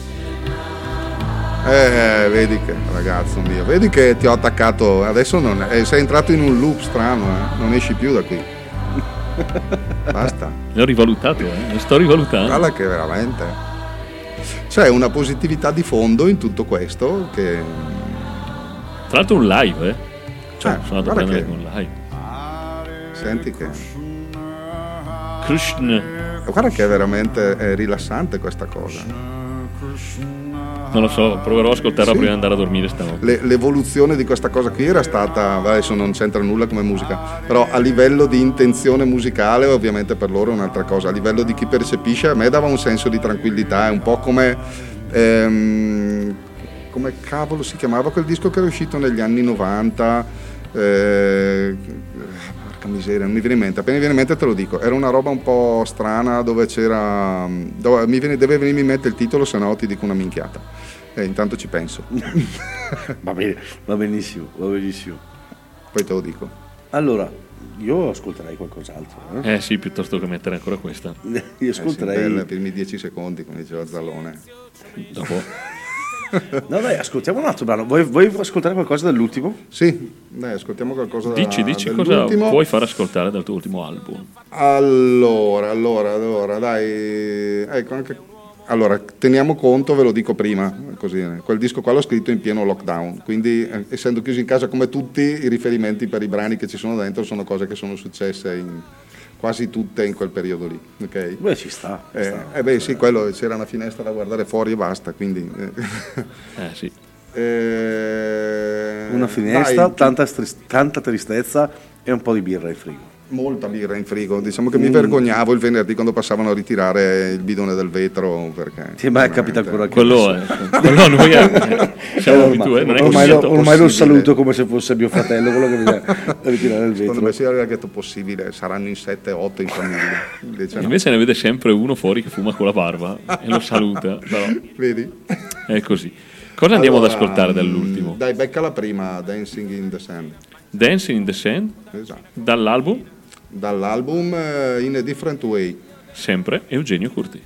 Eh, vedi che ragazzo mio, vedi che ti ho attaccato, adesso non, eh, sei entrato in un loop strano, eh? Non esci più da qui. Basta. Le ho rivalutato, eh? Le sto rivalutando. Guarda che veramente c'è una positività di fondo in tutto questo che... Tra l'altro un live, eh? Cioè, Eh, sono andato a guarda prendere che- con live. Senti che... Krishna. Guarda che è veramente è rilassante questa cosa. Non lo so, proverò a ascoltarla Sì. prima di andare a dormire stanotte. Le- l'evoluzione di questa cosa qui era stata, adesso non c'entra nulla come musica, però a livello di intenzione musicale ovviamente per loro è un'altra cosa, a livello di chi percepisce a me dava un senso di tranquillità, è un po' come, ehm, come cavolo si chiamava quel disco che era uscito negli anni novanta, eh, porca miseria, non mi viene in mente, appena mi viene in mente te lo dico, era una roba un po' strana dove c'era, dove mi viene, deve venirmi in mente il titolo, se no ti dico una minchiata. E intanto ci penso, Va bene, va benissimo, va benissimo. poi te lo dico. Allora, io ascolterei qualcos'altro. Eh? Eh sì, piuttosto che mettere ancora questa. Io Eh sì, ascolterei... per i primi dieci secondi, come diceva Zalone. Dopo. No dai, ascoltiamo un altro brano. Vuoi, vuoi ascoltare qualcosa dell'ultimo? Sì, dai, ascoltiamo qualcosa da, Dici, dici cosa dell'ultimo. puoi far ascoltare dal tuo ultimo album. Allora, allora, allora, dai, ecco anche... Allora, teniamo conto, ve lo dico prima, così, quel disco qua l'ho scritto in pieno lockdown, quindi eh, essendo chiusi in casa come tutti, i riferimenti per i brani che ci sono dentro sono cose che sono successe in, quasi tutte in quel periodo lì, ok? Beh, ci sta. ci Eh, sta. eh beh sì, quello, c'era una finestra da guardare fuori e basta, quindi... eh. Eh sì. Eh, Una finestra, dai, tanta, stris- tanta tristezza e un po' di birra in frigo. molta birra in frigo, diciamo che mi vergognavo il venerdì quando passavano a ritirare il bidone del vetro perché Sì, ma capita ancora anche Quello adesso. è. Quello noi è, siamo abituati, non è ormai, lo, così ormai lo possibile. saluto come se fosse mio fratello, quello che mi deve ritirare il secondo vetro. me sia il ragazzo possibile, saranno in sette otto in famiglia, invece no. Invece ne vede sempre uno fuori che fuma con la barba e lo saluta. Però Vedi? è così. Cosa andiamo Allora, ad ascoltare dall'ultimo? Dai, becca la prima, Dancing in the Sand. Dancing in the Sand, Esatto. dall'album Dall'album eh, In a Different Way. sempre Eugenio Curti.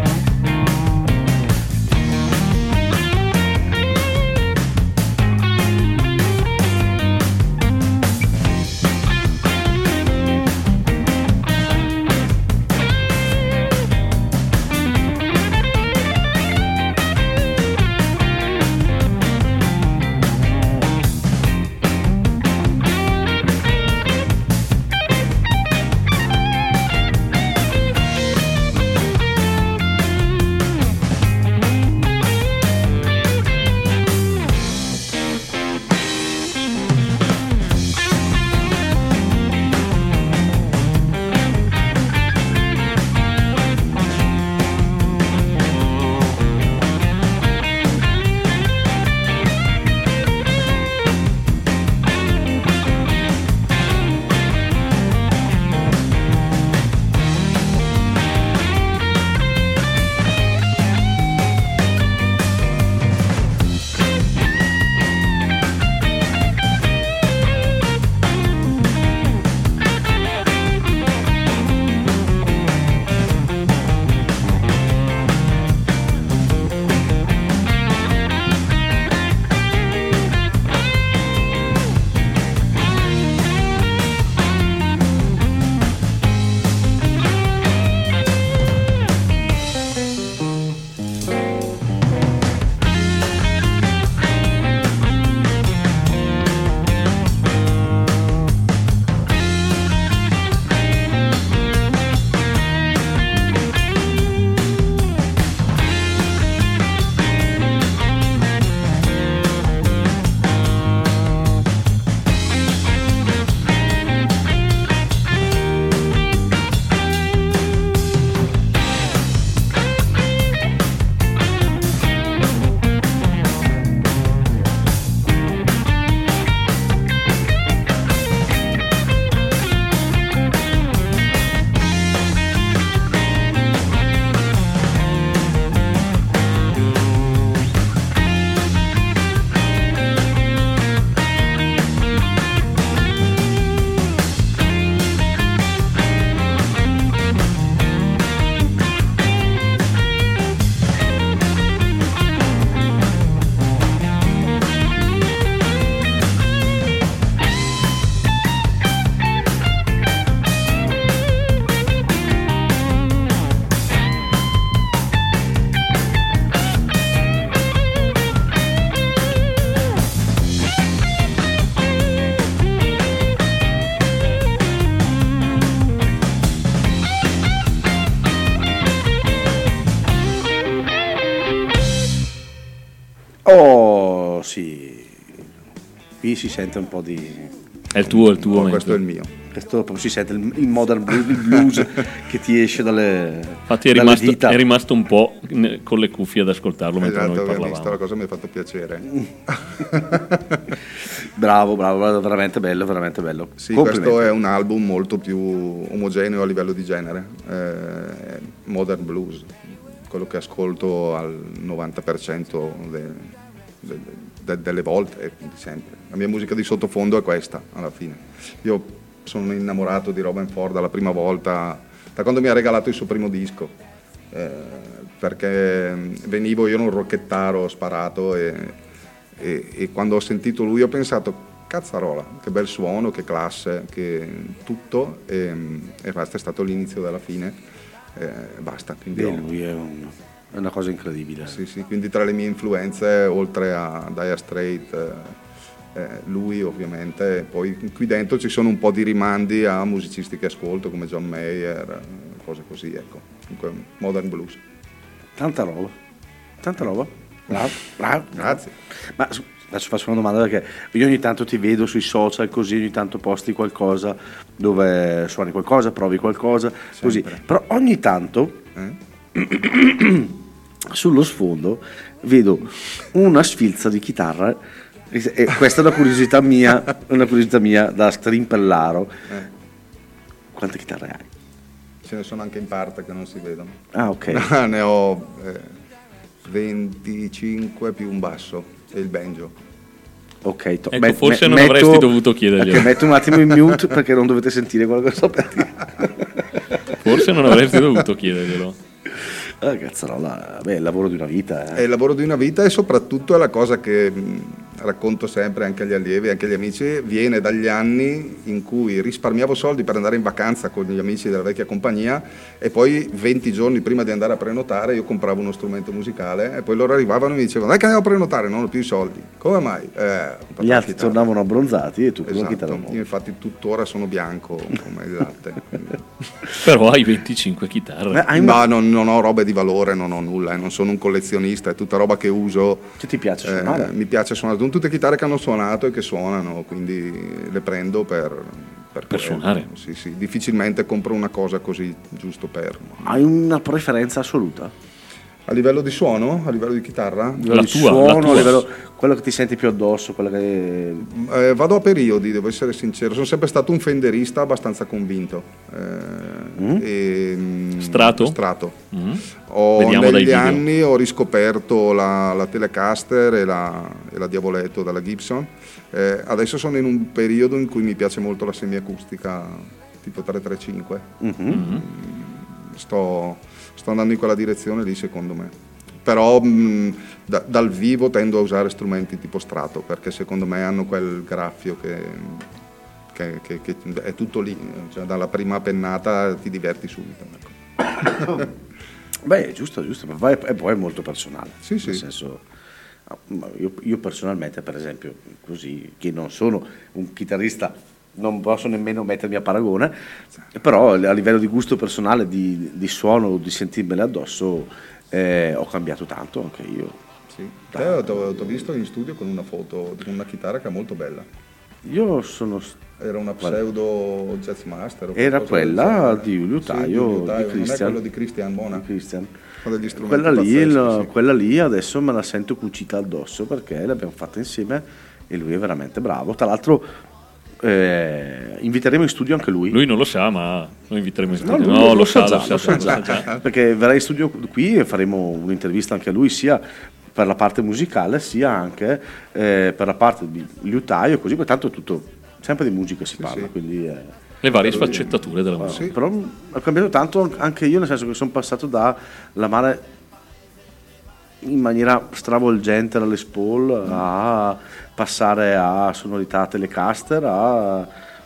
Dancing Oh, sì. Qui si sente un po' di... È il tuo, è il tuo. No, questo è il mio. Questo proprio si sente il, il modern blues, il blues che ti esce dalle, Infatti è dalle rimasto, dita. è rimasto un po' ne- con le cuffie ad ascoltarlo mentre Esatto, noi abbiamo parlavamo. visto, la cosa mi ha fatto piacere. Bravo, bravo, bravo, veramente bello, veramente bello. Sì, Complimenti. questo è un album molto più omogeneo a livello di genere, eh, modern blues, quello che ascolto al novanta per cento de, de, de, delle volte e di sempre. La mia musica di sottofondo è questa, alla fine. Io sono innamorato di Robin Ford dalla prima volta, da quando mi ha regalato il suo primo disco, eh, perché venivo, io ero un rocchettaro sparato e, e, e quando ho sentito lui ho pensato, cazzarola, che bel suono, che classe, che tutto, e, e basta, è stato l'inizio della fine, e basta. Quindi Beh, ho- lui è, un- è una cosa incredibile. sì, sì, quindi tra le mie influenze, oltre a Dire Straits, eh, eh, lui ovviamente, poi qui dentro ci sono un po' di rimandi a musicisti che ascolto come John Mayer, eh, cose così, ecco. Comunque, modern blues. Tanta roba, tanta roba. Bravo, bravo. Grazie. Ma su- adesso faccio una domanda perché io ogni tanto ti vedo sui social così, ogni tanto posti qualcosa dove suoni qualcosa, provi qualcosa, così. Però ogni tanto Eh? sullo sfondo vedo una sfilza di chitarra e questa è una curiosità mia, una curiosità mia da strimpellaro. Eh. Quante chitarre hai? Ce ne sono anche in parte che non si vedono. Ah, ok. Ne ho eh, venticinque più un basso e il banjo. Ok, to- Ecco, met- forse me- non metto- avresti dovuto chiederglielo. Ok, metto un attimo in mute perché non dovete sentire quello che sto per dire. Forse non avresti dovuto chiederglielo. Ah, cazzarola, beh, è il lavoro di una vita. È Eh. il lavoro di una vita e soprattutto è la cosa che mh, racconto sempre anche agli allievi, anche agli amici, viene dagli anni in cui risparmiavo soldi per andare in vacanza con gli amici della vecchia compagnia e poi venti giorni prima di andare a prenotare io compravo uno strumento musicale e poi loro arrivavano e mi dicevano dai che andiamo a prenotare, non ho più i soldi. Come mai? Eh, ho comprato Gli la altri chitarra. tornavano abbronzati e tu con la Esatto, chitarra io nuova. infatti tuttora sono bianco come il latte. quindi- Però hai venticinque chitarre. Beh, hai Ma una... non, non ho robe di valore, non ho nulla, eh, non sono un collezionista, è tutta roba che uso. Che ti piace Eh, suonare? mi piace suonare, sono tutte chitarre che hanno suonato e che suonano, quindi le prendo per, per, Per quello. suonare. Sì, sì. Difficilmente compro una cosa così giusto per. Hai una preferenza assoluta? A livello di suono, a livello di chitarra, A livello La di tua, suono, la tua. a livello quello che ti senti più addosso, quello che... eh, vado a periodi, devo essere sincero, sono sempre stato un fenderista abbastanza convinto. Eh, e, mm, Strato? Strato. Mm. Ho, Vediamo dai negli video. anni ho riscoperto la, la Telecaster e la, e la Diavoletto dalla Gibson. Eh, adesso sono in un periodo in cui mi piace molto la semiacustica tipo tre tre cinque. Mhm. Sto, sto andando in quella direzione lì secondo me. Però mh, da- dal vivo tendo a usare strumenti tipo Strato perché secondo me hanno quel graffio che, che, che- che è tutto lì, cioè dalla prima pennata ti diverti subito. Ecco. Beh, è giusto, è giusto, ma poi e poi è molto personale. Sì, sì. Nel senso, ah, ma io, io personalmente, per esempio, così, che non sono un chitarrista, non posso nemmeno mettermi a paragone, però a livello di gusto personale, di, di suono, di sentirmene addosso, eh, ho cambiato tanto anche io. Sì. Te ti ho visto in studio con una foto di una chitarra che è molto bella. Io sono... Era una pseudo jazz master. o Era qualcosa del quella genere. di Giulio Sì, Taio, Giulio di Taio, non è Christian. quello di Christian Mona. Di Christian. Fa degli strumenti Quella lì, pazzeschi, il- sì. quella lì adesso me la sento cucita addosso perché l'abbiamo fatta insieme e lui è veramente bravo. Tra l'altro eh, inviteremo in studio anche lui. Lui non lo sa, ma lo inviteremo in No, studio. lui No, lo lo sa sa, già, lo sa, lo lo sa sa già. già. Perché verrà in studio qui e faremo un'intervista anche a lui sia per la parte musicale sia anche eh, per la parte di liutaio, così poi tanto è tutto sempre di musica si parla, sì. quindi eh, Le varie sfaccettature della musica. Sì. però ho cambiato tanto anche io, nel senso che sono passato da l'amare in maniera stravolgente la Les Paul a passare a sonorità Telecaster a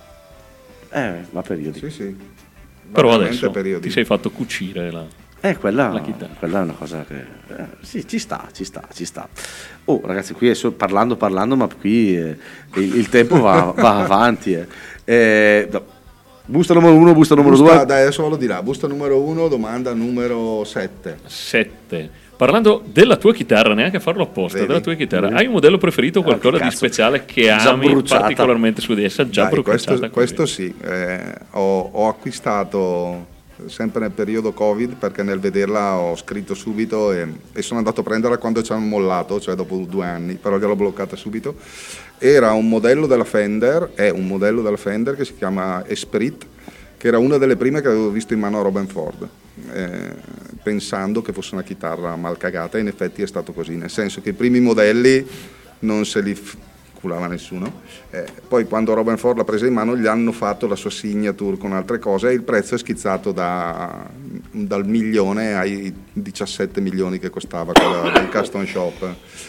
eh va a periodi. Sì, sì. Però Veramente adesso periodi. ti sei fatto cucire la... Eh, quella, La chitarra. quella è una cosa che eh, sì, ci sta, ci sta, ci sta. Oh, ragazzi, qui è solo parlando, parlando, ma qui eh, il, il tempo va, va avanti. Eh. Eh, no. Busta numero uno, busta numero busta, due. Dai, adesso vado di là. Busta numero uno, domanda numero sette. sette. Parlando della tua chitarra, neanche a farlo apposta, Vedi? della tua chitarra, Vedi? hai un modello preferito, qualcosa Ah, che di cazzo. speciale che Già ami bruciata. particolarmente su di essa, già Dai, bruciata? questo, questo sì, eh, ho, ho acquistato sempre nel periodo Covid, perché nel vederla ho scritto subito e, e sono andato a prenderla quando ci hanno mollato, cioè dopo due anni, però gliel'ho bloccata subito. Era un modello della Fender, è un modello della Fender che si chiama Esprit, che era una delle prime che avevo visto in mano a Robben Ford, eh, pensando che fosse una chitarra mal cagata, e in effetti è stato così, nel senso che i primi modelli non se li f- culava nessuno, eh, poi quando Robben Ford l'ha presa in mano gli hanno fatto la sua signature con altre cose e il prezzo è schizzato da, dal milione ai diciassette milioni che costava quella del custom shop.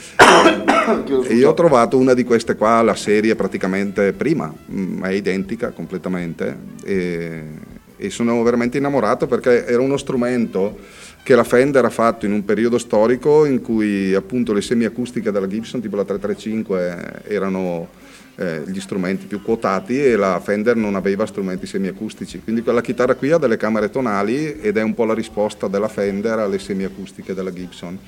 E io ho trovato una di queste qua, la serie praticamente prima, mh, è identica completamente, e, e sono veramente innamorato perché era uno strumento che la Fender ha fatto in un periodo storico in cui appunto le semiacustiche della Gibson, tipo la trecentotrentacinque, erano eh, gli strumenti più quotati e la Fender non aveva strumenti semiacustici, quindi quella chitarra qui ha delle camere tonali ed è un po' la risposta della Fender alle semiacustiche della Gibson.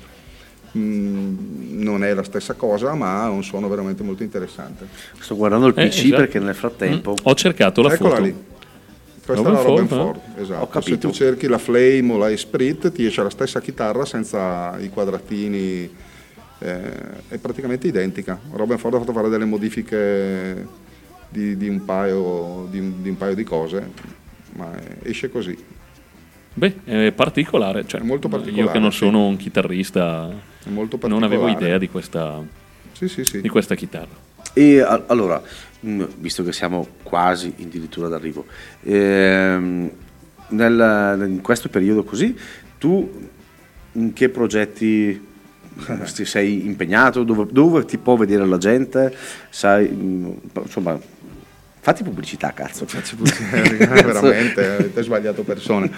Mm, non è la stessa cosa, ma ha un suono veramente molto interessante. Sto guardando il P C Eh, esatto. perché nel frattempo... Mm, ho cercato la Eccola foto. lì. Questa Robben è la Robben Ford, Ford, eh? esatto. Ho capito. Se tu cerchi la Flame o la Esprit ti esce la stessa chitarra senza i quadratini, eh, è praticamente identica. Robben Ford ha fatto fare delle modifiche di, di, un, paio, di, un, di un paio di cose, ma esce così. Beh, è particolare, cioè, È molto particolare, io che non sì. sono un chitarrista È molto non avevo particolare. idea di questa, Sì, sì, sì. di questa chitarra. E a- allora, mh, visto che siamo quasi addirittura d'arrivo, ehm, nel, in questo periodo così, tu in che progetti ti sei impegnato? Dove, dove ti può vedere la gente? Sai, mh, insomma, fatti pubblicità, cazzo. Faccio pubblicità, veramente, avete sbagliato persone.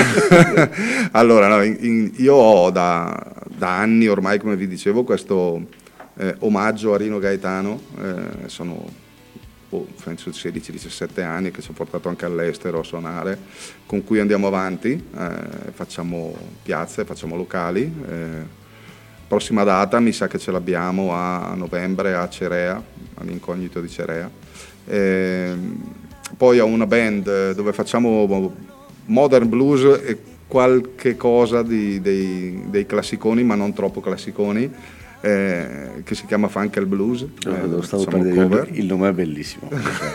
Allora, no, in- in- io ho da, da anni ormai, come vi dicevo, questo eh, omaggio a Rino Gaetano, eh, sono oh, penso sedici diciassette anni che ci ho portato anche all'estero a suonare, con cui andiamo avanti, eh, facciamo piazze, facciamo locali. Eh, prossima data mi sa che ce l'abbiamo a novembre a Cerea, all'Incognito di Cerea. Eh, poi ho una band dove facciamo modern blues e qualche cosa di, dei, dei classiconi, ma non troppo classiconi, eh, che si chiama Funk and Blues. No, eh, lo stavo per facciamo dire, cover. il nome è bellissimo.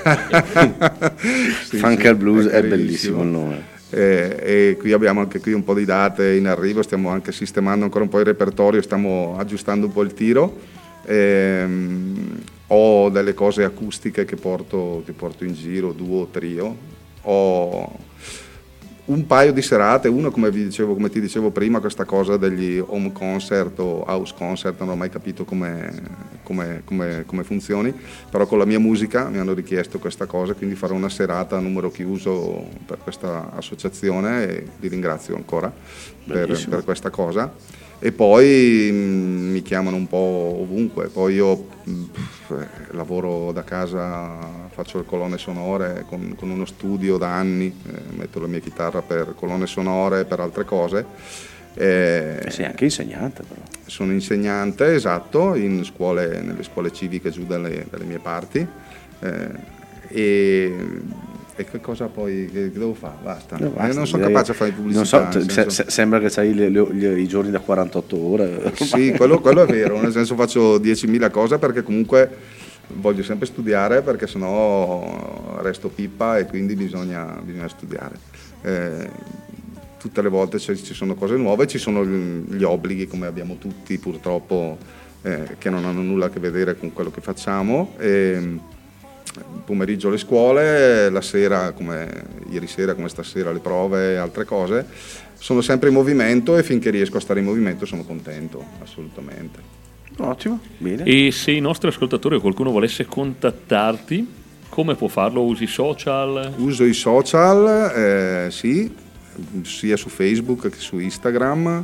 Sì, Funk sì, and Blues è carinissimo. bellissimo il nome. Eh, e qui abbiamo anche qui un po' di date in arrivo, stiamo anche sistemando ancora un po' il repertorio, stiamo aggiustando un po' il tiro. Ehm, ho delle cose acustiche che porto, che porto in giro, duo o trio. Ho un paio di serate, uno come vi dicevo, come ti dicevo prima, questa cosa degli home concert o house concert, non ho mai capito come, come, come, come funzioni, però con la mia musica mi hanno richiesto questa cosa, quindi farò una serata a numero chiuso per questa associazione e li ringrazio ancora per, per questa cosa. E poi mh, mi chiamano un po' ovunque, poi io mh, pff, lavoro da casa, faccio le colonne sonore con, con uno studio da anni, eh, metto la mia chitarra per colonne sonore e per altre cose. Eh, E sei anche insegnante però. sono insegnante, esatto, in scuole, nelle scuole civiche giù dalle, dalle mie parti. Eh, e, e che cosa poi che devo fare? Basta. No, basta, Eh, non sono direi- capace a fare pubblicità. Non so, nel se- senso- se- sembra che hai le- le- le- i giorni da quarantotto ore. Sì, quello, quello è vero, nel senso faccio diecimila cose perché comunque voglio sempre studiare perché sennò resto pippa e quindi bisogna, bisogna studiare. Eh, tutte le volte ci, ci sono cose nuove, ci sono gli, gli obblighi come abbiamo tutti purtroppo, eh, che non hanno nulla a che vedere con quello che facciamo. E, il pomeriggio le scuole, la sera come ieri sera, come stasera le prove e altre cose. Sono sempre in movimento e finché riesco a stare in movimento sono contento, assolutamente. Ottimo, bene. E se i nostri ascoltatori o qualcuno volesse contattarti, come può farlo? Usi social? Uso i social, eh, sì, sia su Facebook che su Instagram, che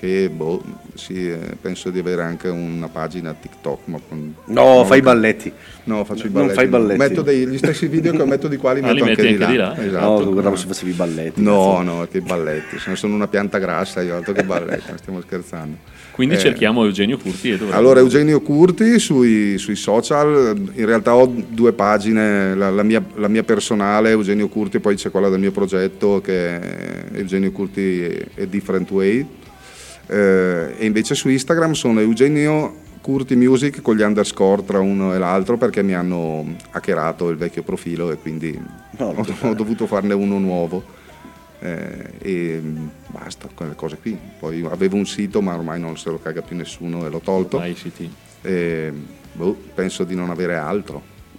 che boh, sì, eh, penso di avere anche una pagina TikTok. Ma con, No, fai i balletti. No, faccio i Non balletti. fai i balletti. Metto dei, gli stessi video che metto di qua li Ah, metto li anche, metti di, anche là. di là? Esatto. No, guardavo se facevi i balletti. No, cazzo. no, che balletti. Se ne sono una pianta grassa, io altro che balletti, non stiamo scherzando. Quindi Eh, cerchiamo Eugenio Curti e dovrebbe- Allora, Eugenio Curti sui, sui social, in realtà ho due pagine, la, la, mia, la mia personale, Eugenio Curti, poi c'è quella del mio progetto che è Eugenio Curti e Different Way, eh, e invece su Instagram sono Eugenio Curti Music con gli underscore tra uno e l'altro perché mi hanno hackerato il vecchio profilo e quindi No, ho, ho dovuto farne uno nuovo. Eh, e basta, quelle cose qui. Poi avevo un sito ma ormai non se lo caga più nessuno e l'ho tolto. Vai, sì, sì. E, boh, penso di non avere altro.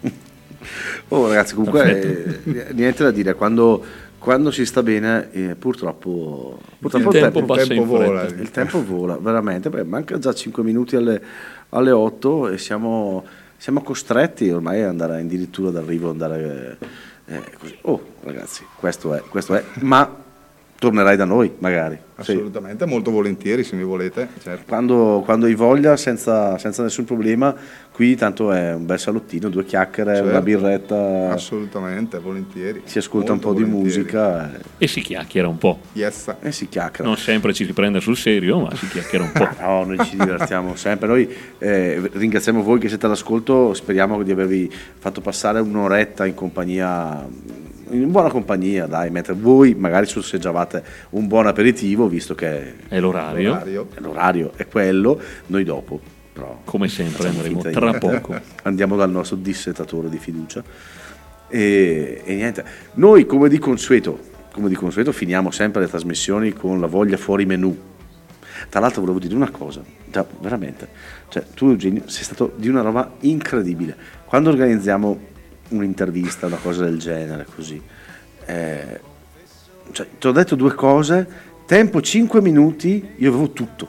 Oh ragazzi, comunque eh, niente da dire, quando, quando si sta bene eh, purtroppo, purtroppo Il tempo passa il tempo in vola. fretta. il tempo vola, veramente, beh, manca già cinque minuti alle, alle otto e siamo, siamo costretti ormai ad andare addirittura d'arrivo, andare eh, così. Oh ragazzi, questo è, questo è, ma tornerai da noi magari. Sì. Assolutamente, molto volentieri se mi volete, certo. Quando, quando hai voglia, senza, senza nessun problema, qui tanto è un bel salottino, due chiacchiere, Certo. una birretta, Assolutamente, volentieri. si ascolta Molto un po' di volentieri. musica e, E si chiacchiera un po'. Yes. e si chiacchiera. Non sempre ci riprende sul serio, ma si chiacchiera un po'. Ah, no, noi ci divertiamo sempre. Noi eh, ringraziamo voi che siete all'ascolto, speriamo di avervi fatto passare un'oretta in compagnia, in buona compagnia, dai, mentre voi magari sorseggiavate un buon aperitivo, visto che È l'orario. Orario. l'orario è quello, noi dopo, però Come sempre facciamo andremo finta di tra niente. poco. Andiamo dal nostro dissetatore di fiducia e, e niente, noi come di consueto, come di consueto finiamo sempre le trasmissioni con la voglia fuori menù. Tra l'altro volevo dire una cosa, cioè, veramente, cioè, tu Eugenio sei stato di una roba incredibile. Quando organizziamo un'intervista, una cosa del genere, così, eh, cioè, ti ho detto due cose, tempo cinque minuti, io avevo tutto.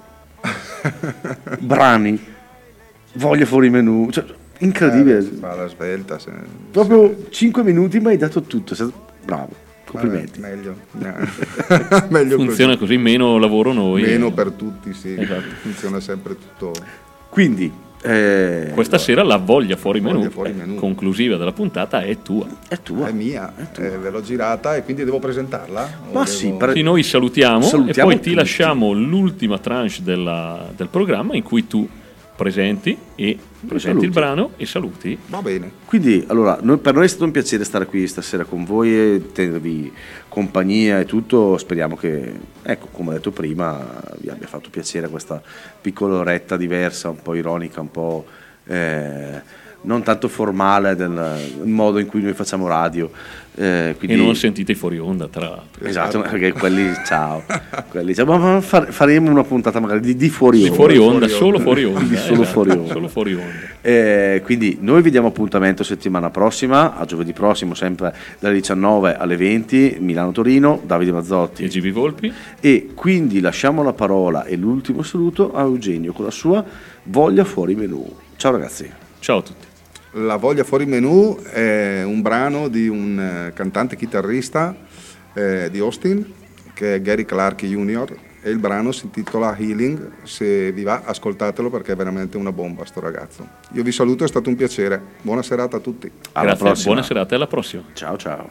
Brani, voglia fuori menù, cioè, incredibile. Eh, si fa la svelta. Se, Proprio cinque minuti mi hai dato tutto, sei stato bravo, complimenti. Vabbè, meglio. Meglio Funziona così. così, meno lavoro noi. Meno eh. per tutti, sì. Esatto. Funziona sempre tutto. Quindi, eh, Questa sera la voglia fuori Voglia menù, fuori menù. conclusiva della puntata, è tua. è tua. È mia, eh, ve l'ho girata e quindi devo presentarla? O Ma devo- sì, per- Sì, noi salutiamo, Salutiamo e poi ti tutti. lasciamo l'ultima tranche della- del programma in cui tu presenti e presenti saluti. il brano e saluti. Va bene. Quindi, allora, noi- per noi è stato un piacere stare qui stasera con voi e tenervi compagnia e tutto. Speriamo che, ecco, come ho detto prima, vi abbia fatto piacere questa piccola oretta diversa, un po' ironica, un po' eh, non tanto formale del modo in cui noi facciamo radio. Eh, E quindi, non sentite i fuori onda, tra l'altro. esatto, perché quelli, ciao, quelli, ciao, ma- ma far- faremo una puntata magari di, di fuori Di onda. fuori onda, fuori solo onda. fuori onda. Di solo esatto, fuori onda. solo fuori onda. Eh, quindi noi vi diamo appuntamento settimana prossima, a giovedì prossimo, sempre dalle diciannove alle venti, Milano-Torino, Davide Mazzotti. E G V Volpi? E quindi lasciamo la parola e l'ultimo saluto a Eugenio con la sua voglia fuori menù. Ciao ragazzi. Ciao a tutti. La voglia fuori menù è un brano di un eh, cantante chitarrista eh, di Austin che è Gary Clark junior e il brano si intitola Healing. Se vi va, ascoltatelo perché è veramente una bomba sto ragazzo. Io vi saluto, è stato un piacere. Buona serata a tutti. Alla Grazie, prossima. buona serata e alla prossima. Ciao ciao.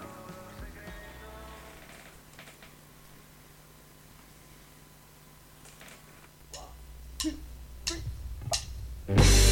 Thank